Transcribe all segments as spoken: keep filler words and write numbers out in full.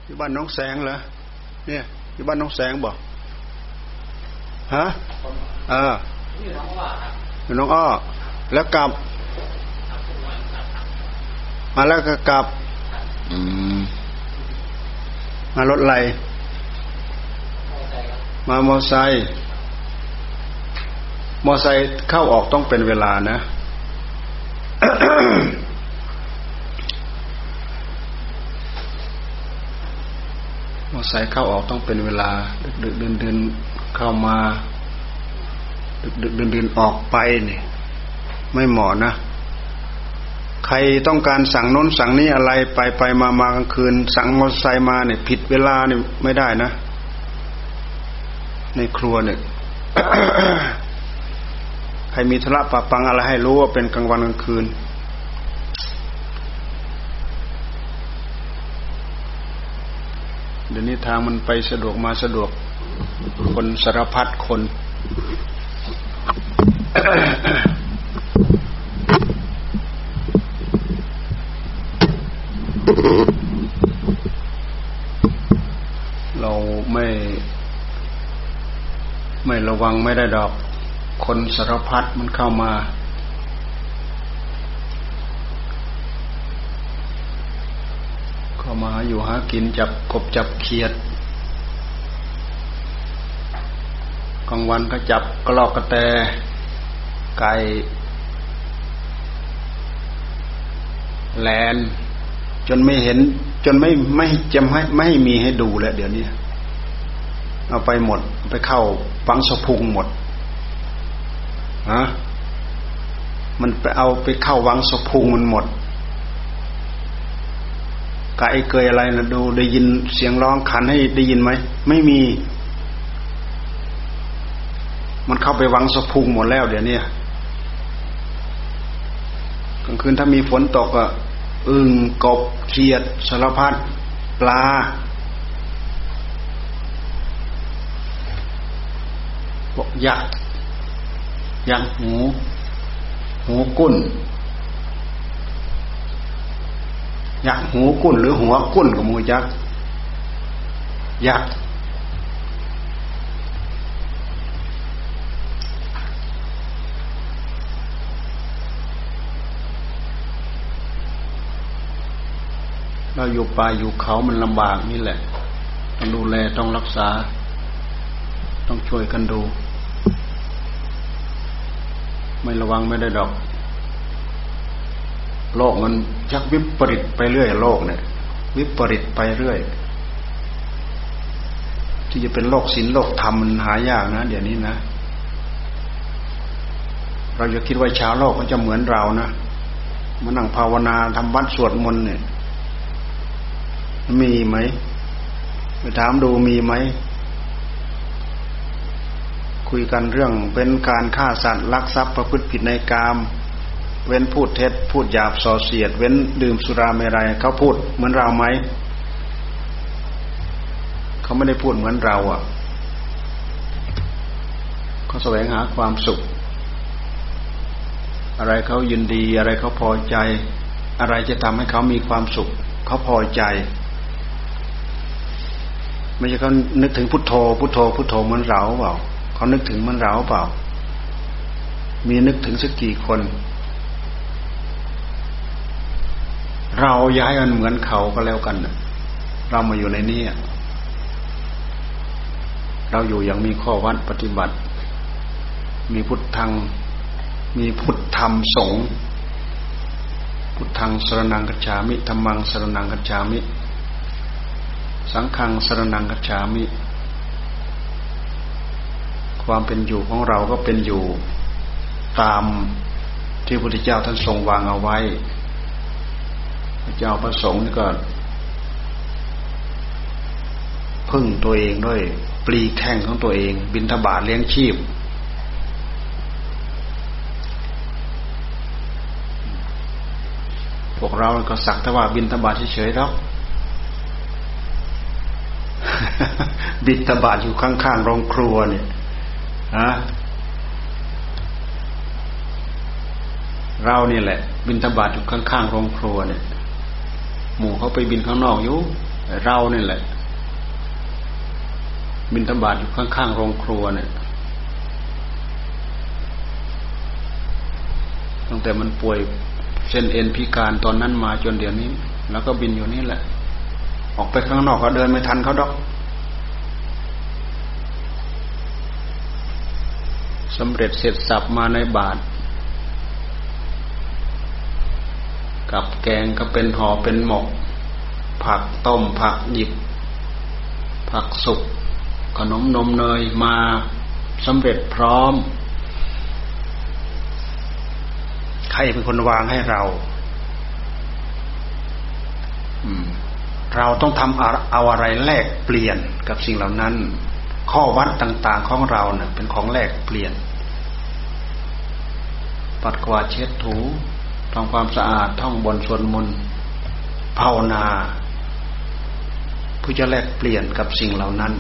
อยู่บ้านน้องแสงเหรอเนี่ยอยู่บ้านน้องแสงบอกฮะเอออยู่น้องอ้ออยู่น้องอ้อแล้วกลับมาแล้วก็กลับอืมมารถอะไรมามอไซค์มอไซค์เข้าออกต้องเป็นเวลานะ มอไซค์เข้าออกต้องเป็นเวลาดึกๆดื่นๆเข้ามาดึกๆดื่นๆออกไปนี่ไม่เหมาะนะใครต้องการสั่งโน้นสั่งนี้อะไรไปไปมามากลางคืนสั่งมอไซค์มาเนี่ยผิดเวลาเนี่ยไม่ได้นะในครัวเนี่ย ใครมีธุระปะปังอะไรให้รู้ว่าเป็นกลางวันกลางคืนเดี๋ยวนี้ทางมันไปสะดวกมาสะดวกคนสารพัดคน เราไม่ไม่ระวังไม่ได้ดอกคนสารพัดมันเข้ามาเข้ามาอยู่หากินจับกบจับเขียดกลางวันก็จับกระรอกกระแตไก่แลนจนไม่เห็นจนไม่ไม่จำให้ไม่ให้มีให้ดูแล้วเดี๋ยวนี้เอาไปหมดไปเข้าฝังสะพุงหมดฮะมันไปเอาไปเข้าวังสะพุงมันหมดไก่เกยอะไรนะดูได้ยินเสียงร้องขันให้ได้ยินไหมไม่มีมันเข้าไปวังสะพุงหมดแล้วเดี๋ยวนี้กลางคืนถ้ามีฝนตกอ่ะอึ่งกบเขียดสารพัดปลาพวกยักษ์ยักษ์หูหูกุ้นยักษ์หูกุ้นหรือหัวกุ้นกับมูยักษ์ยักษ์เราอยู่ป่าอยู่เขามันลำบากนี่แหละต้องดูแลต้องรักษาต้องช่วยกันดูไม่ระวังไม่ได้ดอกโลกมันชักวิปริตไปเรื่อยโลกเนี่ยวิปริตไปเรื่อยที่จะเป็นโลกศีลโลกธรรมมันหายากนะเดี๋ยวนี้นะเราจะคิดว่าชาวโลกเขาจะเหมือนเรานะมานั่งภาวนาทำวัดสวดมนต์เนี่ยมีไหมไปถามดูมีไหมคุยกันเรื่องเป็นการฆ่าสัตว์ลักทรัพย์ประพฤติผิดในกามเว้นพูดเท็จพูดหยาบส่อเสียดเว้นดื่มสุราเมรัยเขาพูดเหมือนเราไหมเขาไม่ได้พูดเหมือนเราอ่ะเขาแสวงหาความสุขอะไรเขายินดีอะไรเขาพอใจอะไรจะทำให้เขามีความสุขเขาพอใจไม่ใช่เขานึกถึงพุทโธพุทโธพุทโธเหมือนเราเปล่าเขานึกถึงเหมือนเราเปล่ามีนึกถึงสักกี่คนเราย้ายมันเหมือนเขาก็แล้วกันเรามาอยู่ในนี้เราอยู่อย่างมีข้อวัดปฏิบัติมีพุทธังมีพุทธธรรมสงฆ์พุทธังสรณังคัจฉามิธัมมังสรณังคัจฉามิสังฆังสรณังคัจฉามิความเป็นอยู่ของเราก็เป็นอยู่ตามที่พระพุทธเจ้าท่านทรงวางเอาไว้พระเจ้าประสงค์นี่ก็พึ่งตัวเองด้วยปลีแข้งของตัวเองบิณฑบาตเลี้ยงชีพพวกเราก็สักแต่ว่าบิณฑบาตเฉยๆแล้วบิณฑบาตอยู่ข้างๆโรงครัวเนี่ยฮะเรานี่แหละบิณฑบาตอยู่ข้างๆโรงครัวเนี่ยหมู่เขาไปบินข้างนอกอยู่เรานี่แหละบิณฑบาตอยู่ข้างๆโรงครัวเนี่ยตั้งแต่มันป่วยเส้นเอ็นพิการตอนนั้นมาจนเดี๋ยวนี้แล้วก็บินอยู่นี่แหละออกไปข้างนอกก็เดินไม่ทันเขาดอกสำเร็จเสร็จสับมาในบาตรกับแกงก็เป็นห่อเป็นหมกผักต้มผักหยิบผักสุกขนมนมเนยมาสำเร็จพร้อมใครเป็นคนวางให้เราเราต้องทำเอาอะไรแลกเปลี่ยนกับสิ่งเหล่านั้นข้อวัดต่างๆของเราเนี่ยเป็นของแลกเปลี่ยนปัดกวาดเช็ดถูทำความสะอาดท่องบนสวดมนต์ภาวนาเพื่อจะแลกเปลี่ยนกับสิ่งเหล่านั้น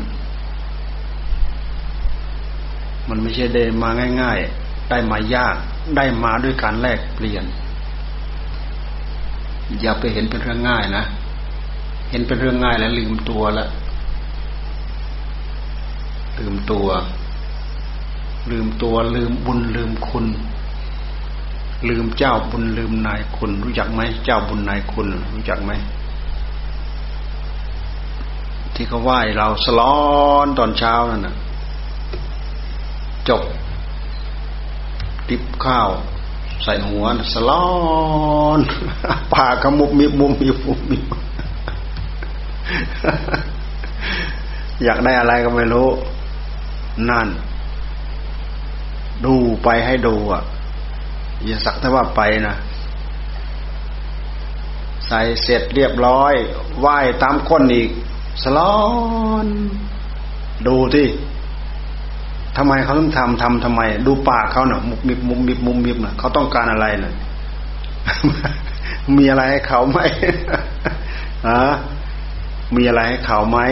มันไม่ใช่ได้มาง่ายๆได้มายากได้มาด้วยการแลกเปลี่ยนอย่าไปเห็นเป็นเรื่องง่ายนะเห็นเป็นเรื่องง่ายแล้วลืมตัวแล้วลืมตัวลืมตัวลืมบุญลืมคุณลืมเจ้าบุญลืมนายคุณรู้จักไหมเจ้าบุญนายคุณรู้จักไหมที่เขาไหว้เราสลอนตอนเช้านั่นน่ะจบติบข้าวใส่หัวสลอนปากขมุบมิบมุมมิบมุมมิบอยากได้อะไรก็ไม่รู้นั่นดูไปให้ดูอ่ะอย่าสักแต่ว่าไปนะใส่เสร็จเรียบร้อยไหว้ตามก้นอีกสลอนดูที่ทำไมเขาต้องทำทำทำไมดูปากเขาเน่ะมุบมิบมุมมิบมุมมิบน่ะเขาต้องการอะไรน่ะ มีอะไรให้เขาไหม ฮะมีอะไรให้เขาไหม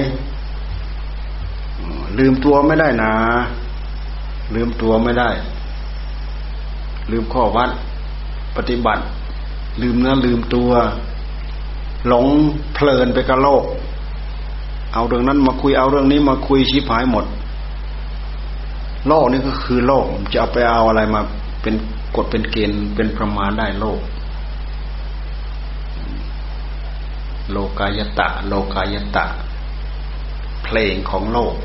ลืมตัวไม่ได้นะลืมตัวไม่ได้ลืมข้อวัดปฏิบัติลืมเนื้อลืมตัวหลงเพลินไปกับโลกเอาเรื่องนั้นมาคุยเอาเรื่องนี้มาคุยชิบหายหมดโลกนี่ก็คือโลกจะเอาไปเอาอะไรมาเป็นกฎเป็นเกณฑ์เป็นประมาณได้โลกโลกายตะโลกายตะเพลงของโลก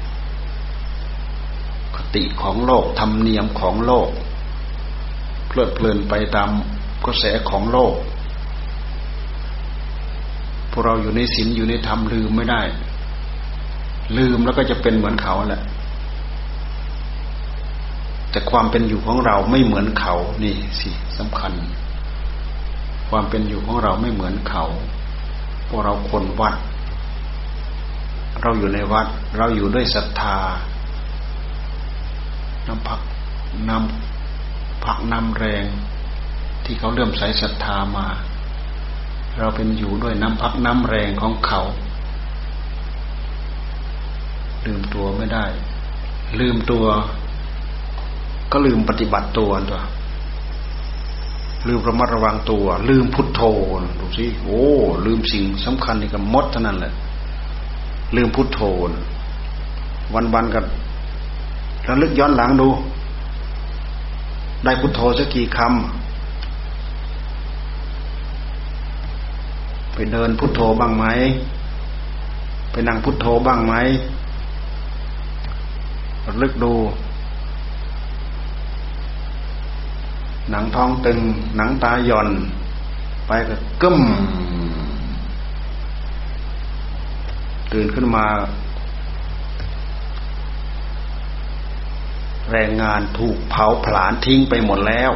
คติของโลกธรรมเนียมของโลกเพลิดเพลินไปตามกระแสของโลกพวกเราอยู่ในศีลอยู่ในธรรมลืมไม่ได้ลืมแล้วก็จะเป็นเหมือนเขาแหละแต่ความเป็นอยู่ของเราไม่เหมือนเขานี่สิสำคัญความเป็นอยู่ของเราไม่เหมือนเขาพวกเราคนวัดเราอยู่ในวัดเราอยู่ด้วยศรัทธาน้ำพักน้ำพักน้ำแรงที่เขาเลื่อมใสศรัทธามาเราเป็นอยู่ด้วยน้ำพักน้ำแรงของเขาลืมตัวไม่ได้ลืมตัวก็ลืมปฏิบัติตัวตัวลืมระมัดระวังตัวลืมพุทโธดูสิโอ้ลืมสิ่งสำคัญนี่ก็มดเท่านั้นแหละลืมพุทโธวันๆกับระลึกย้อนหลังดูได้พุทโธสักกี่คำไปเดินพุทโธบ้างไหมไปนั่งพุทโธบ้างไหมระลึกดูหนังท้องตึงหนังตาหย่อนไปก็กึ้มตื่นขึ้นมาแรงงานถูกเผาผลาญทิ้งไปหมดแล้ว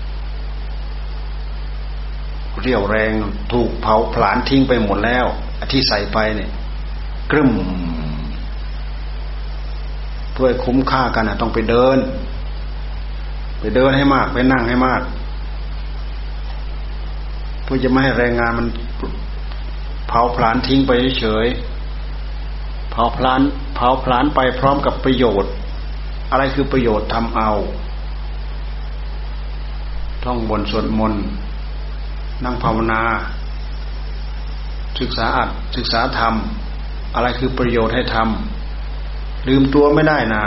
เรี่ยวแรงถูกเผาผลาญทิ้งไปหมดแล้วที่ใส่ไปเนี่ยกึ้มเพื่อคุ้มค่ากันนะต้องไปเดินไปเดินให้มากไปนั่งให้มากเพื่อจะไม่ให้แรงงานมันเผาผลาญทิ้งไปเฉยๆเผาผลาญเผาผลาญไปพร้อมกับประโยชน์อะไรคือประโยชน์ทำเอาท่องบนสวดมนต์นั่งภาวนาศึกษาอัดศึกษาธรรมอะไรคือประโยชน์ให้ทำลืมตัวไม่ได้นะ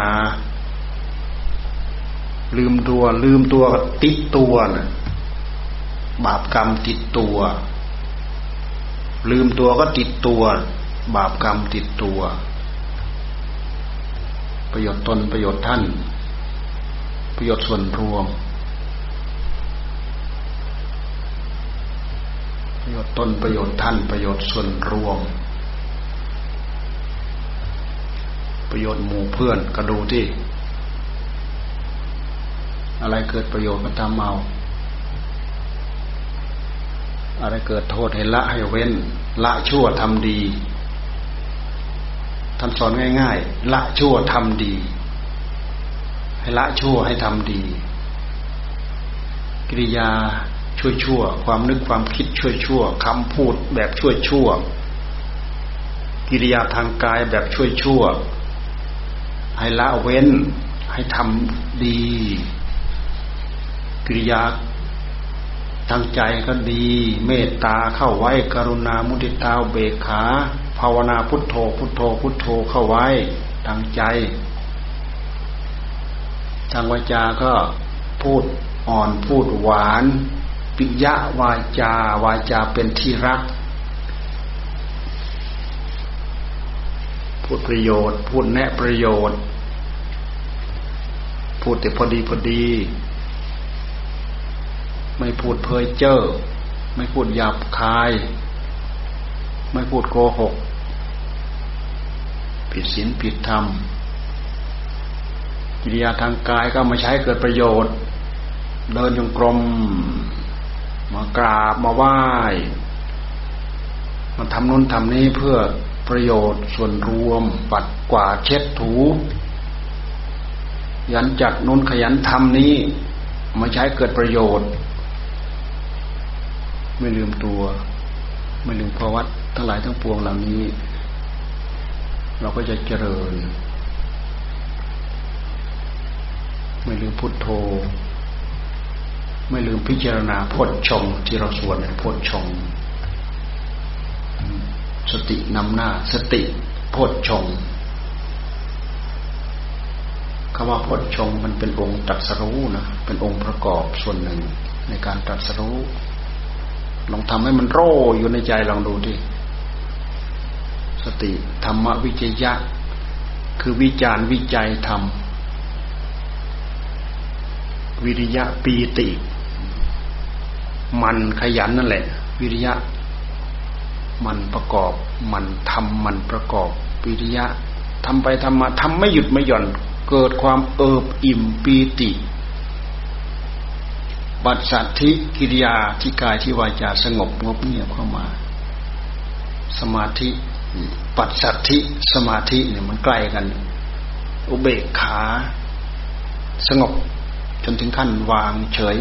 ลืมตัวลืมตัวติดตัวนะบาปกรรมติดตัวลืมตัวก็ติดตัวบาปกรรมติดตัวประโยชน์ตนประโยชน์ท่านประโยชน์ส่วนรวมประโยชน์ตนประโยชน์ท่านประโยชน์ส่วนรวมประโยชน์หมู่เพื่อนก็ดูที่อะไรเกิดประโยชน์ก็ทำเอาอะไรเกิดโทษให้ละให้เว้นละชั่วทำดีท่านสอนง่ายๆละชั่วทำดีให้ละชั่วให้ทำดีกิริยาช่วยชั่วความนึกความคิดช่วยชั่วคำพูดแบบช่วยชั่วกิริยาทางกายแบบช่วยชั่วให้ละเว้นให้ทำดีกิริยาทางใจก็ดีเมตตาเข้าไว้กรุณามุทิตาอุเบกขาภาวนาพุทโธพุทโธพุทโธเข้าไว้ทางใจทางวาจาก็พูดอ่อนพูดหวานปิยวาจาวาจาเป็นที่รักพูดประโยชน์พูดแนะประโยชน์พูดแต่พอดีพอดีไม่พูดเพ้อเจ้อไม่พูดหยาบคายไม่พูดโกหกผิดศีลผิดธรรมกิริยาทางกายก็มาใช้เกิดประโยชน์เดินจงกรมมากราบมาไหว้มาทำนู้นทำนี้เพื่อประโยชน์ส่วนรวมปัดกวาดเช็ดถูยันจัดนู้นขยันทำนี้มาใช้เกิดประโยชน์ไม่ลืมตัวไม่ลืมภวัตทั้งหลายทั้งปวงเหล่านี้เราก็จะเจริญไม่ลืมพุทโธไม่ลืมพิจารณาโพชฌงค์ที่เราสวดเนี่ยโพชฌงค์สตินำหน้าสติโพชฌงค์คำว่าโพชฌงค์มันเป็นองค์ตรัสรู้นะเป็นองค์ประกอบส่วนหนึ่งในการตรัสรู้ลองทำให้มันโร่อยู่ในใจลองดูดิสติธรรมวิจยะคือวิจารวิจัยธรรมวิริยะปีติมันขยันนั่นแหละวิริยะมันประกอบมันทำมันประกอบวิริยะทำไปทำมาทำไม่หยุดไม่หย่อนเกิดความเอิบอิ่มปีติปัสสัทธิกิริยาที่กายที่วาจาสงบงบเงียบเข้ามาสมาธิปัสสัทธิสมาธิเนี่ยมันใกล้กันอุเบกขาสงบจนถึงขั้นวางเฉย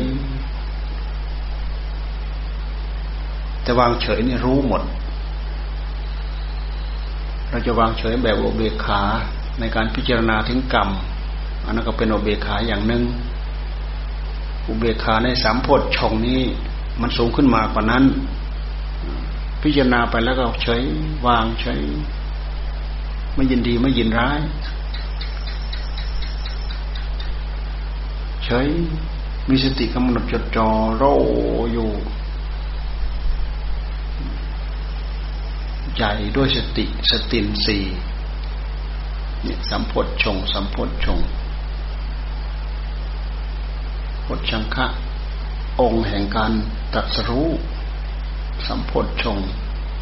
แต่วางเฉยนี่รู้หมดเราจะวางเฉยแบบอุเบกขาในการพิจารณาถึงกรรมอันนั้นก็เป็นอุเบกขาอย่างหนึ่งอุเบกขาในสามโพชฌงค์นี้มันสูงขึ้นมากว่านั้นพิจารณาไปแล้วก็เฉยวางเฉยไม่ยินดีไม่ยินร้ายเฉยมีสติกำหนดจดจ่อโรอยู่ใจด้วยสติสตินสี่เนี่ยสัมโพชฌงค์สัมโพชฌงค์โพชฌังคะองค์แห่งการตรัสรู้สัมโพชฌงค์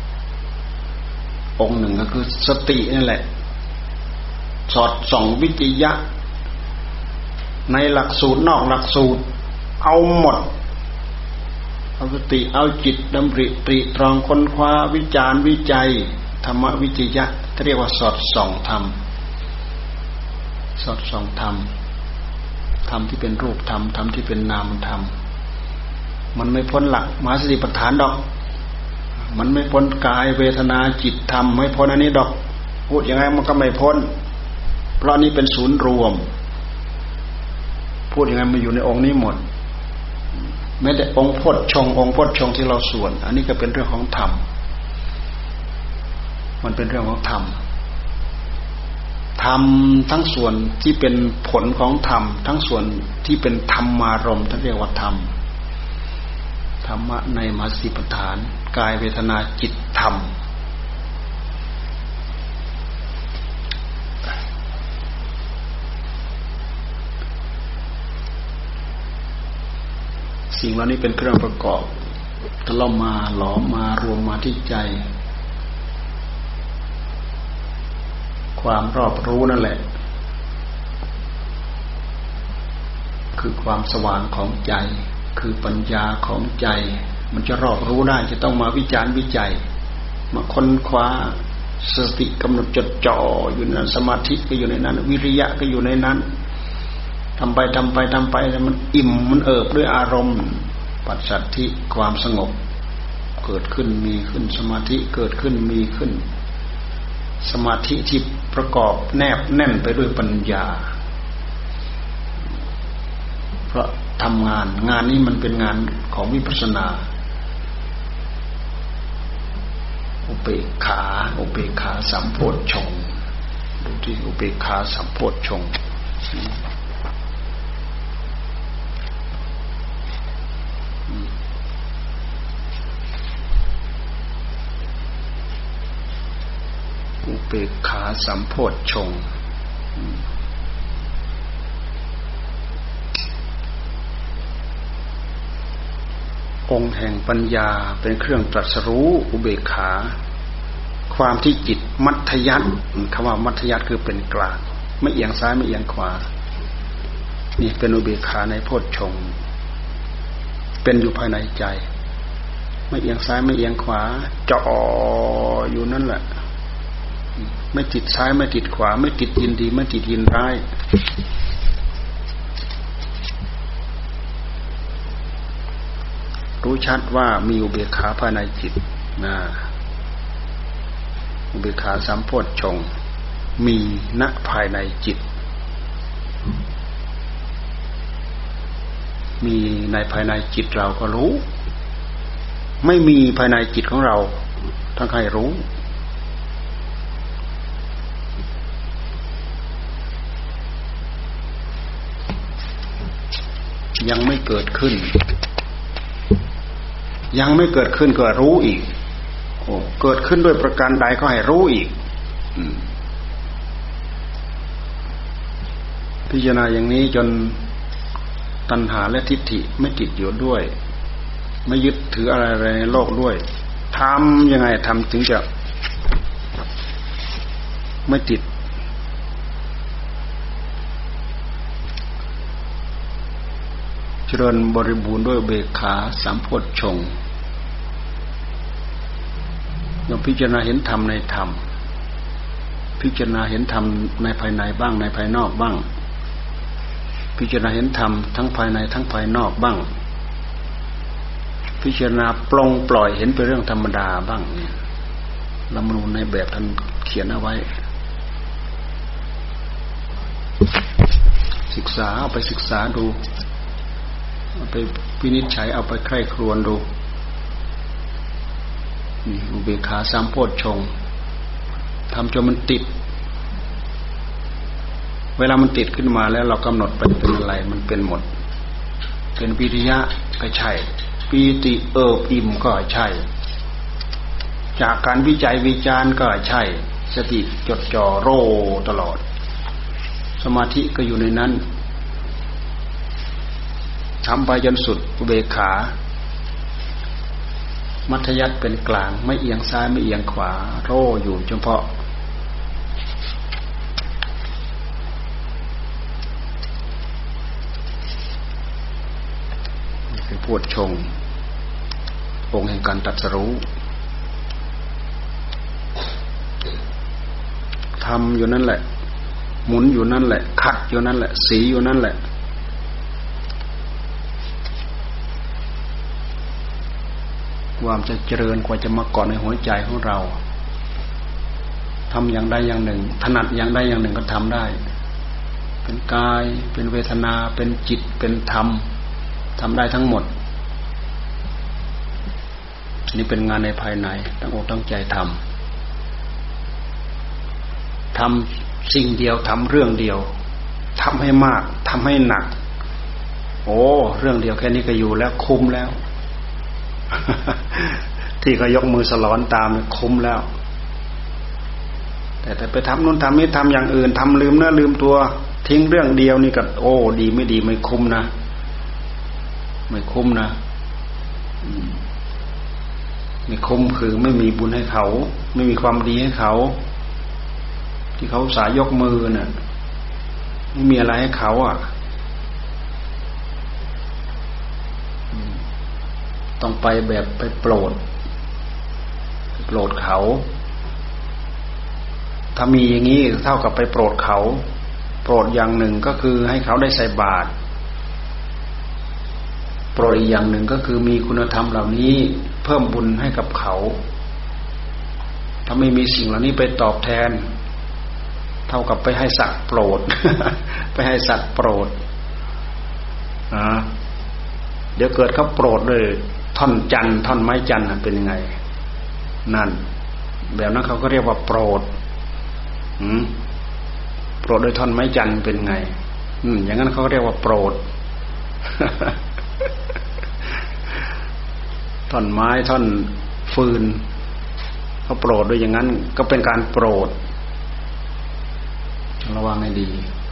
องค์หนึ่งก็คือสตินั่นแหละสอดส่องวิจยะในหลักสูตรนอกหลักสูตรเอาหมดเอาสติเอาจิตดำริตรีตรองค้นคว้าวิจารวิจัยธรรมวิจยะเรียกว่าสอดส่องธรรมสอดส่องธรรมธรรมที่เป็นรูปธรรมธรรมที่เป็นนามธรรมมันไม่พ้นหลักมหาสติปัฏฐานดอกมันไม่พ้นกายเวทนาจิตธรรมไม่พ้นอันนี้ดอกพูดยังไงมันก็ไม่พ้นเพราะนี้เป็นศูนย์รวมพูดยังไงมันอยู่ในองค์นี้หมดแม้แต่องค์โพชฌงค์องค์โพชฌงค์ที่เราสวดอันนี้ก็เป็นเรื่องของธรรมมันเป็นเรื่องของธรรมธรรมทั้งส่วนที่เป็นผลของธรรมทั้งส่วนที่เป็นธรรมารมณ์ท่านเรียกว่าธรรมธรรมะในมหาสติปัฏฐานกายเวทนาจิตธรรมสิ่งเหล่านี้เป็นเครื่องประกอบตะล่อมมาหลอมมารวมมาที่ใจความรอบรู้นั่นแหละคือความสว่างของใจคือปัญญาของใจมันจะรอบรู้ได้จะต้องมาวิจารณ์วิจัยมาค้นคว้าสติกำหนดจดจ่ออยู่ในนั้นสมาธิก็อยู่ในนั้นวิริยะก็อยู่ในนั้นทำไปทำไปทำไปแล้วมันอิ่มมันเอิบด้วยอารมณ์ปัจสัทธิความสงบเกิดขึ้นมีขึ้นสมาธิเกิดขึ้นมีขึ้นสมาธิที่ประกอบแนบแน่นไปด้วยปัญญาเพราะทำงานงานนี้มันเป็นงานของวิปัสสนาอุเบกขาอุเบกขาสัมโพชฌงค์ดูที่อุเบกขาสัมโพชฌงค์อุเบกขาสัมโพชฌงค์องค์แห่งปัญญาเป็นเครื่องตรัสรู้อุเบกขาความที่จิตมัธยัสถ์คำว่ามัธยัสถ์คือเป็นกลางไม่เอียงซ้ายไม่เอียงขวานี่เป็นอุเบกขาในโพชฌงค์เป็นอยู่ภายในใจไม่เอียงซ้ายไม่เอียงขวาจ่ออยู่นั่นแหละไม่ติดซ้ายไม่ติดขวาไม่ติดยินดีไม่ติดยินร้ายรู้ชัดว่ามีอุเบกขาภายในจิตนะอุเบกขาสัมโพชฌงค์มีณภายในจิตมีในภายในจิตเราก็รู้ไม่มีภายในจิตของเราทั้งใครรู้ยังไม่เกิดขึ้นยังไม่เกิดขึ้นก็รู้อีกโอ้เกิดขึ้นด้วยประการใดก็ให้รู้อีกพิจารณาอย่างนี้จนตัณหาและทิฏฐิไม่ติดอยู่ด้วยไม่ยึดถืออะไรๆในโลกด้วยทำยังไงทำถึงจะไม่ติดเจริญบริบูรณ์ด้วยเบกขาสัมโพชฌงค์เราพิจารณาเห็นธรรมในธรรมพิจารณาเห็นธรรมในภายในบ้างในภายนอกบ้างพิจารณาเห็นธรรมทั้งภายในทั้งภายนอกบ้างพิจารณาปลงปล่อยเห็นเป็นเรื่องธรรมดาบ้างเนี่ยรัฐธรรมนูญในแบบท่านเขียนเอาไว้ศึกษาเอาไปศึกษาดูเอาไปวินิจฉัยเอาไปใคร่ครวญดูนี่อุเบกขาสัมโพชฌงค์ทำจนมันติดเวลามันติดขึ้นมาแล้วเรากำหนดไปเป็นอะไรมันเป็นหมดเป็นวิริยะก็ใช่ปีติเอิบอิ่มก็ใช่จากการวิจัยวิจารณ์ก็ใช่สติจดจ่อโรตลอดสมาธิก็อยู่ในนั้นทำไปจนสุดอุเบกขามัธยัสถ์เป็นกลางไม่เอียงซ้ายไม่เอียงขวาโร่อยู่เฉพาะคือโพชฌงค์องค์แห่งการตรัสรู้ทำอยู่นั่นแหละหมุนอยู่นั่นแหละขัดอยู่นั่นแหละสีอยู่นั่นแหละความจะเจริญกว่าจะมาเกาะในหัวใจของเราทำอย่างใดอย่างหนึ่งถนัดอย่างใดอย่างหนึ่งก็ทำได้เป็นกายเป็นเวทนาเป็นจิตเป็นธรรมทำได้ทั้งหมดนี่เป็นงานในภายในตั้งอกตั้งใจททำสิ่งเดียวทำเรื่องเดียวทำให้มากทำให้หนักโอ้เรื่องเดียวแค่นี้ก็อยู่แล้วคุ้มแล้ว ที่เขายกมือสลอนตามคุ้มแล้วแต่แต่ไปทำนู่นทำนี้ทำอย่างอื่นทำลืมเนื้อลืมตัวทิ้งเรื่องเดียวนี่ก็โอ้ดีไม่ดีไม่คุ้มนะไม่คุ้มนะไม่คุ้มคือไม่มีบุญให้เขาไม่มีความดีให้เขาที่เขาสายยกมือน่ะไม่มีอะไรให้เขาอ่ะต้องไปแบบไปโปรดโปรดเขาถ้ามีอย่างนี้เท่ากับไปโปรดเขาโปรดอย่างหนึ่งก็คือให้เขาได้ใส่บาตรโปรดอีกอย่างหนึ่งก็คือมีคุณธรรมเหล่านี้เพิ่มบุญให้กับเขาถ้าไม่มีสิ่งเหล่านี้ไปตอบแทนเท่ากับไปให้สัตว์โปรด ไปให้สัตว์โปรดนะเดี๋ยวเกิดเขาโปรดด้วยท่อนจันทร์ท่อนไม้จันทร์เป็นยังไงนั่นแบบนั้นเขาก็เรียกว่าโปรดอืมโปรดด้วยท่อนไม้จันทร์เป็นไงอืมอย่างนั้นเขาเรียกว่าโปรด ท่อนไม้ท่อนฟืนเขาโปรดด้วยอย่างนั้นก็เป็นการโปรดระวังให้ดี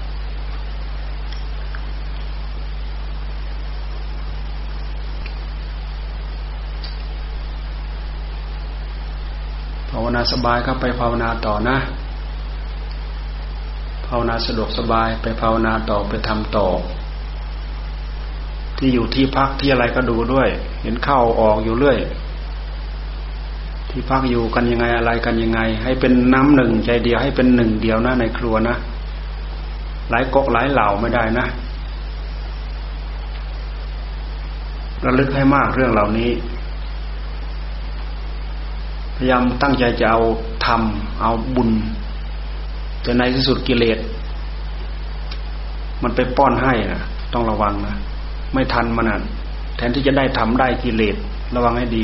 ภาวนาสบายก็ไปภาวนาต่อนะภาวนาสะดวกสบายไปภาวนาต่อไปทำต่อที่อยู่ที่พักที่อะไรก็ดูด้วยเห็นเข้าออกอยู่เรื่อยที่พักอยู่กันยังไงอะไรกันยังไงให้เป็นน้ำหนึ่งใจเดียวให้เป็นหนึ่งเดียวนะในครัวนะหลายก๊กหลายเหล่าไม่ได้นะระลึกให้มากเรื่องเหล่านี้พยายามตั้งใจจะเอาธรรมเอาบุญแต่ในที่สุดกิเลสมันไปป้อนให้นะต้องระวังนะไม่ทันมันน่ะแทนที่จะได้ทำได้กิเลสระวังให้ดี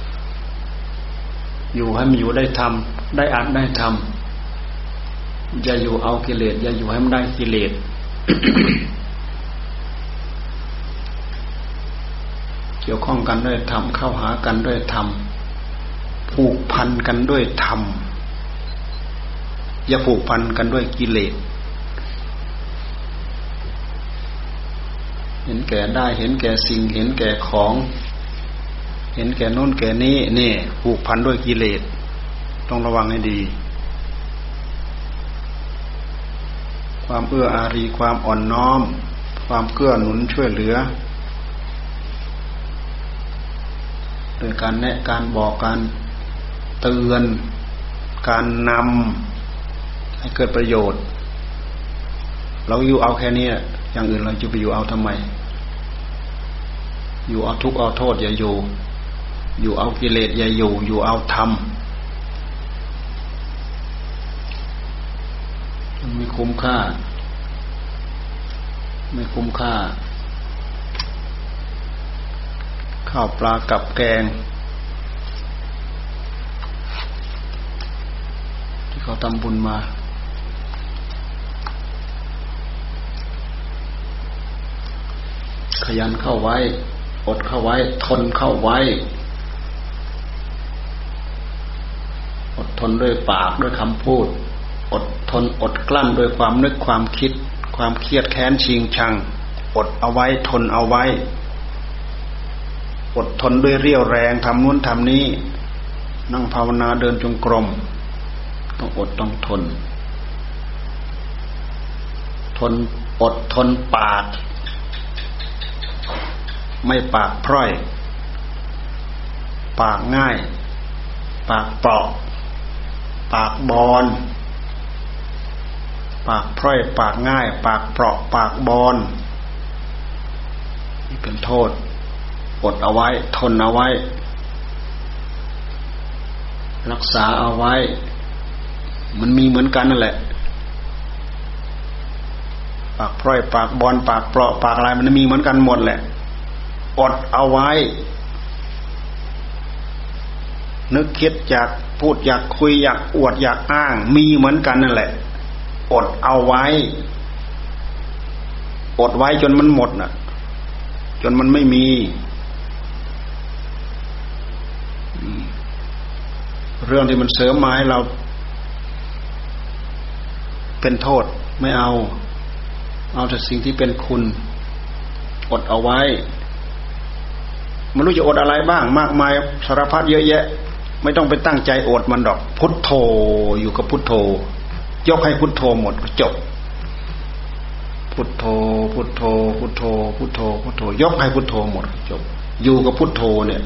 อยู่ให้มันอยู่ได้ทำได้อัดได้ทำอย่าอยู่เอากิเลสอย่าอยู่ให้มันได้กิเลส เกี่ยวข้องกันด้วยธรรมเข้าหากันด้วยธรรมผูกพันกันด้วยธรรมอย่าผูกพันกันด้วยกิเลสเห็นแก่ได้เห็นแก่สิ่งเห็นแก่ของเห็นแก่โน่นแก่นี้นี่ผูกพันด้วยกิเลสต้องระวังให้ดีความเอื้ออารีความอ่อนน้อมความเกื้อหนุนช่วยเหลือโดยการแนะการบอกการเตือนการนำให้เกิดประโยชน์เราอยู่เอาแค่นี้อย่างอื่นเราจะไปอยู่เอาทำไมอยู่เอาทุกข์เอาโทษอย่าอยู่อยู่เอากิเลสอย่าอยู่อยู่เอาธรรมมันไม่คุ้มค่าไม่คุ้มค่าข้าวปลากับแกงที่เขาทำบุญมาขยันเข้าไว้อดเข้าไว้ทนเข้าไว้อดทนด้วยปากด้วยคำพูดอดทนอดกลั้นด้วยความนึกความคิดความเครียดแค้นชิงชังอดเอาไว้ทนเอาไว้อดทนด้วยเรี่ยวแรงทำนู้นทำนี้นั่งภาวนาเดินจงกรมต้องอดต้องทนทนอดทนปากไม่ปากพร่อยปากง่ายปากเปราะปากบอนปากพร่อยปากง่ายปากเปราะปากบอนนี่เป็นโทษอดเอาไว้ทนเอาไว้รักษาเอาไว้มันมีเหมือนกันนั่นแหละปากพร่อยปากบอนปากเปราะปากอะไรมันมีเหมือนกันหมดแหละอดเอาไว้นึกคิดอยากพูดอยากคุยอยากอวดอยากอ้างมีเหมือนกันนั่นแหละอดเอาไว้อดไว้จนมันหมดน่ะจนมันไม่มีเรื่องที่มันเสริมมาให้เราเป็นโทษไม่เอาเอาแต่สิ่งที่เป็นคุณอดเอาไว้ไม่รู้จะอดอะไรบ้างมากมายสารพัดเยอะแยะไม่ต้องไปตั้งใจอดมันดอกพุทโธอยู่กับพุทโธยกให้พุทโธหมดก็จบพุทโธพุทโธพุทโธพุทโธพุทโธยกให้พุทโธหมดจบอยู่กับพุทโธเนี่ย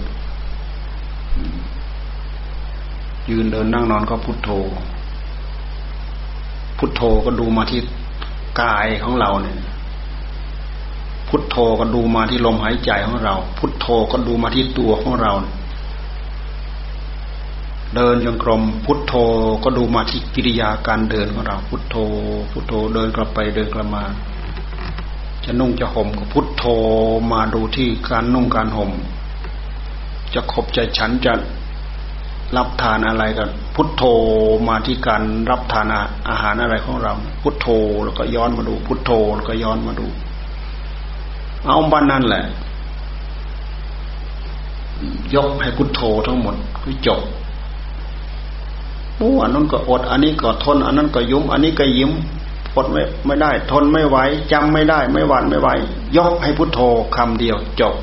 ยืนเดินนั่งนอนก็พุทโธพุทโธก็ดูมาที่กายของเราเนี่ยพุทโธก็ดูมาที่ลมหายใจของเราพุทโธก็ดูมาที่ตัวของเราเดินจงกรมพุทโธก็ดูมาที่กิริยาการเดินของเราพุทโธพุทโธเดินกลับไปเดินกลับมาจะนุ่งจะห่มก็พุทโธมาดูที่การนุ่งการห่มจะขบจะฉันจะรับทานอะไรกันพุทโธมาที่การรับทานอาหารอะไรของเราพุทโธแล้วก็ย้อนมาดูพุทโธแล้วก็ย้อนมาดูเอาบ้านนั่นแหละยกให้พุทโธทั้งหมดคือจบโอ้อันนั้นก็อดอันนี้ก็ทนอันนั้นก็ยุ้มอันนี้ก็ยิ้มอดไม่ไม่ได้ทนไม่ไหวจำไม่ได้ไม่หวั่นไม่ไหวยกให้พุทโธคำเดียวจบ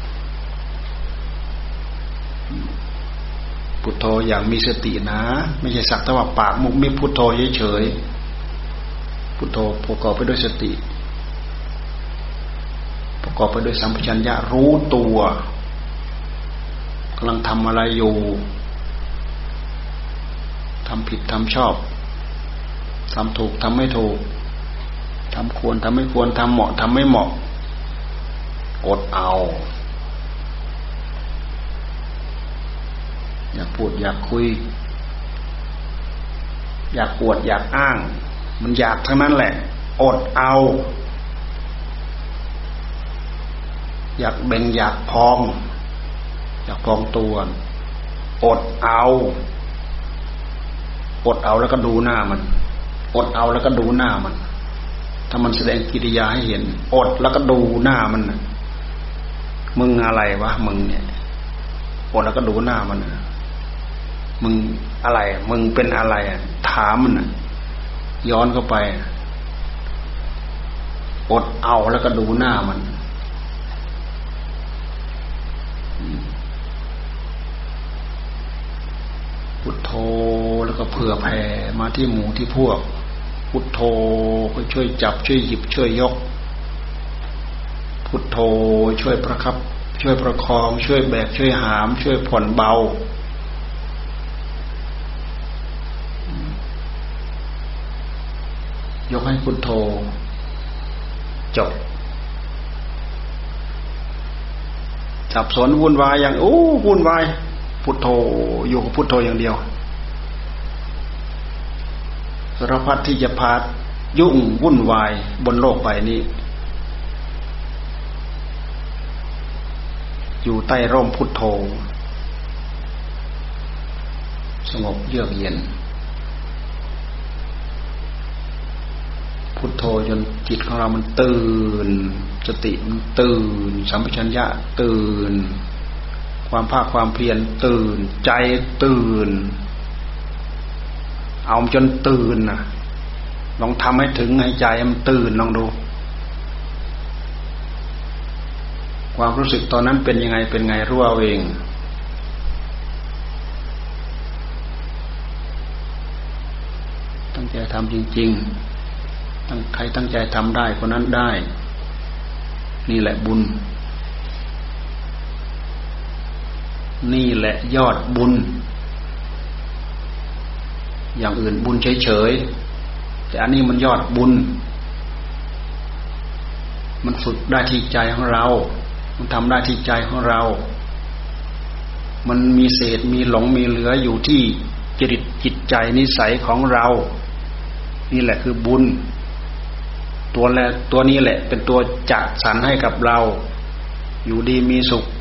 พุทโธอย่างมีสตินะไม่ใช่สักแต่ว่าปากมุกมิพุทโธเฉยๆพุทโธประกอบไปด้วยสติประกอบไปด้วยสัมปชัญญะรู้ตัวกำลังทำอะไรอยู่ทำผิดทำชอบทำถูกทำไม่ถูกทำควรทำไม่ควรทำเหมาะทำไม่เหมาะอดเอาอยากพูดอยากคุยอยากปวดอยากอ้างมันอยากทั้งนั้นแหละอดเอาอยากเบ่งอยากพองอยากพองตัวอดเอาอดเอาแล้วก็ดูหน้ามันอดเอาแล้วก็ดูหน้ามันถ้ามันแสดงกิริยาให้เห็นอดแล้วก็ดูหน้ามันมึงอะไรวะมึงเนี่ยอดแล้วก็ดูหน้ามันมึงอะไรมึงเป็นอะไรถามมันย้อนเข้าไปอดเอาแล้วก็ดูหน้ามันพุทโธแล้วก็เผื่อแผ่มาที่หมู่ที่พวกพุทโธก็ช่วยจับช่วยหยิบช่วยยกพุทโธช่วยประคับช่วยประคองช่วยแบกช่วยหามช่วยผ่อนเบายกให้พุทโธจบสับสนวุ่นวายอย่างโอ้วุ่นวายพุทโธอยู่กับพุทโธอย่างเดียวสารพัดที่จะพายุ่งวุ่นวายบนโลกใบนี้อยู่ใต้ร่มพุทโธสงบเยือกเย็นพุทโธจนจิตของเรามันตื่นสติมันตื่นสัมปชัญญะตื่นความภาคความเพียรตื่นใจตื่นเอาจนตื่นนะลองทำให้ถึงให้ใจมันตื่นลองดูความรู้สึกตอนนั้นเป็นยังไงเป็นไงรู้เอาเองตั้งใจทำจริงๆตั้งใครตั้งใจทำได้คนนั้นได้นี่แหละบุญนี่แหละยอดบุญอย่างอื่นบุญเฉยๆแต่อันนี้มันยอดบุญมันฝึกได้ที่ใจของเรามันทำได้ที่ใจของเรามันมีเศษมีหลงมีเหลืออยู่ที่จริตจิตใจนิสัยของเรานี่แหละคือบุญตัวแรกตัวนี้แหละเป็นตัวจัดสรรให้กับเราอยู่ดีมีสุข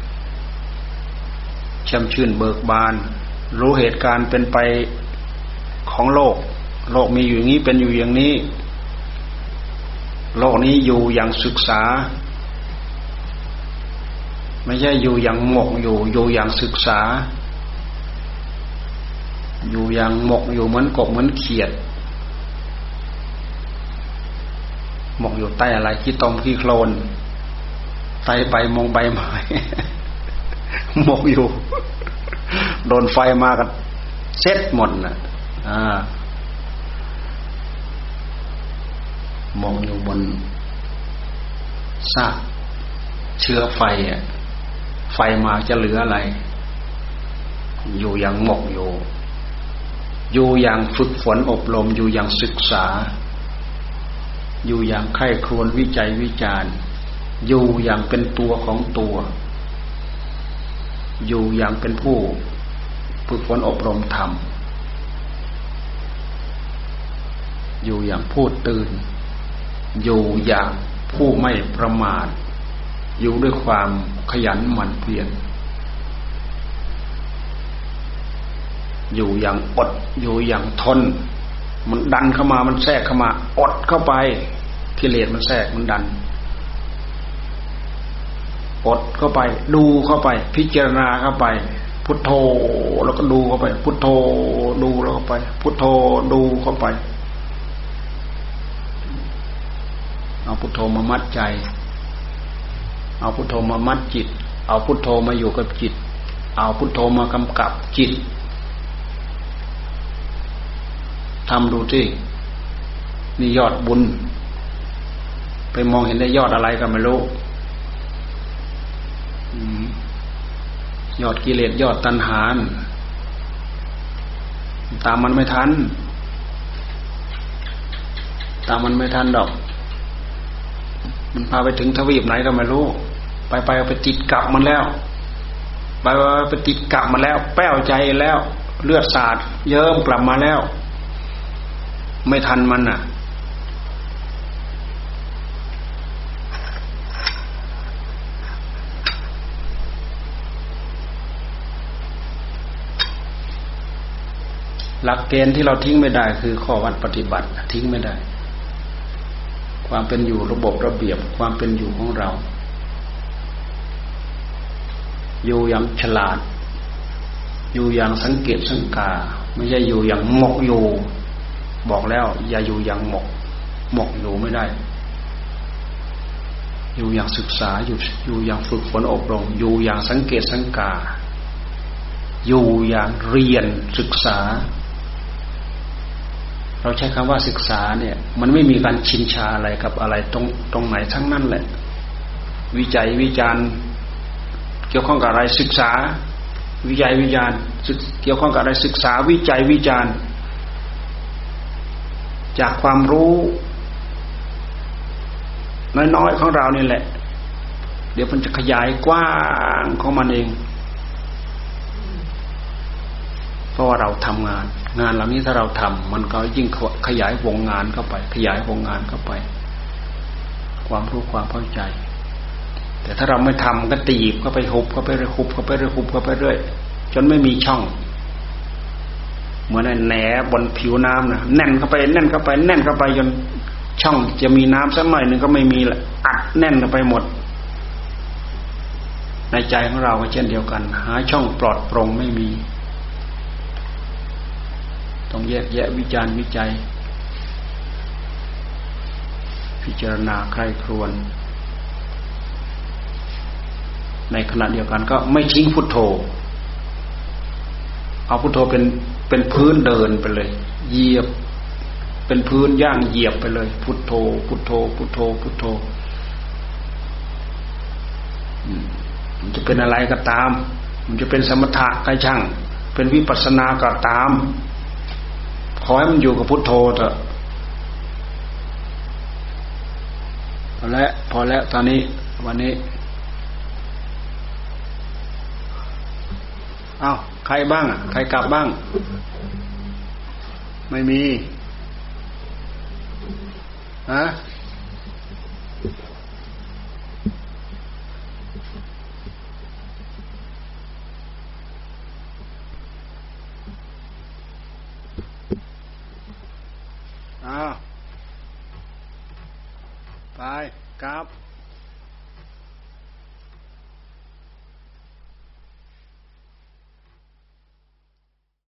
แช่มชื่นเบิกบานรู้เหตุการณ์เป็นไปของโลกโลกมีอยู่อย่างนี้เป็นอยู่อย่างนี้โลกนี้อยู่อย่างศึกษาไม่ใช่อยู่อย่างหมกอยู่อยู่อย่างศึกษาอยู่อย่างหมกอยู่เหมือนกบเหมือนเขียดหมกอยู่ใต้อะไรขี้ตมขี้โคลนใต้ใบมงใบไม้ หมกอยู่โดนไฟมากันเซ็ตหมดน่ะอ่าหมกอยู่บนซากเชื้อไฟอ่ะไฟมาจะเหลืออะไรอยู่อย่างหมกอยู่อยู่อย่างฝึกฝนอบรมอยู่อย่างศึกษาอยู่อย่างใคร่ครวญวิจัยวิจารณ์อยู่อย่างเป็นตัวของตัวอยู่อย่างเป็นผู้ฝึกฝนอบรมธรรมอยู่อย่างผู้ตื่นอยู่อย่างผู้ไม่ประมาทอยู่ด้วยความขยันหมั่นเพียรอยู่อย่างอดอยู่อย่างทนมันดันเข้ามามันแทรกเข้ามาอดเข้าไปกิเลสมันแทรกมันดันอดเข้าไปดูเข้าไปพิจารณาเข้าไปพุทโธแล้วก็ดูเข้าไปพุทโธดูแล้วเข้าไปพุทโธดูเข้าไปเอาพุทโธมามัดใจเอาพุทโธมามัดจิตเอาพุทโธมาอยู่กับจิตเอาพุทโธมากำกับจิตทำดูที่นี่ยอดบุญไปมองเห็นได้ยอดอะไรก็ไม่รู้ยอดกิเลสยอดตัณหาตามมันไม่ทันตามมันไม่ทันดอกมันพาไปถึงทวีปไหนก็ไม่รู้ไปไปไปติดกับมันแล้วไปไปไปติดกับมันแล้วแป้วใจแล้วเลือดสาดเยิ้มกลับมาแล้วไม่ทันมันน่ะหลักเกณฑ์ที่เราทิ้งไม่ได้คือข้อวัดปฏิบัติทิ้งไม่ได้ความเป็นอยู่ระบบระเบียบความเป็นอยู่ของเราอยู่อย่างฉลาดอยู่อย่างสังเกตสังกาไม่ใช่อยู่อย่างหมกอยู่บอกแล้วอย่าอยู่อย่างหมกหมกอยู่ไม่ได้อยู่อย่างศึกษาอยู่อยู่อย่างฝึกฝนอบรมอยู่อย่างสังเกตสังกาอยู่อย่างเรียนศึกษาเราใช้คำว่าศึกษาเนี่ยมันไม่มีการชินชาอะไรกับอะไรตรงตรงไหนทั้งนั้นแหละวิจัยวิจารณ์เกี่ยวข้องกับอะไรศึกษาวิจัยวิจารณ์เกี่ยวข้องกับอะไรศึกษาวิจัยวิจารณ์จากความรู้น้อยๆของเรานี่แหละเดี๋ยวมันจะขยายกว้างของมันเองเพราะว่าเราทำงานงานเหล่านี้ถ้าเราทำมันก็ยิ่งขยายวงงานเข้าไปขยายวงงานเข้าไปความรู้ความเข้าใจแต่ถ้าเราไม่ทำก็ตีบเข้าไปหุบเข้าไปเรื่อยหุบเข้าไปเรื่อยหุบเข้าไปเรื่อยจนไม่มีช่องเหมือนแหนบนผิวน้ำนะแน่นเข้าไปแน่นเข้าไปแน่นเข้าไปจนช่องจะมีน้ำสักหน่อยนึงก็ไม่มีละอัดแน่นเข้าไปหมดในใจของเราก็เช่นเดียวกันหาช่องปลอดโปร่งไม่มีต้องแยกแยะวิจารณ์วิจัยพิจารณาใคร่ครวญในขณะเดียวกันก็ไม่ทิ้งพุทโธเอาพุทโธเป็นเป็นพื้นเดินไปเลยเหยียบเป็นพื้นย่างเหยียบไปเลยพุทโธพุทโธพุทโธพุทโธมันจะเป็นอะไรก็ตามมันจะเป็นสมถะก็ช่างเป็นวิปัสสนาก็ตามขอให้มันอยู่กับพุทโธเถอะพอแล้วพอแล้วตอนนี้วันนี้อ้าวใครบ้างอ่ะใครกลับบ้างไม่มีฮะอ้าวไปครับ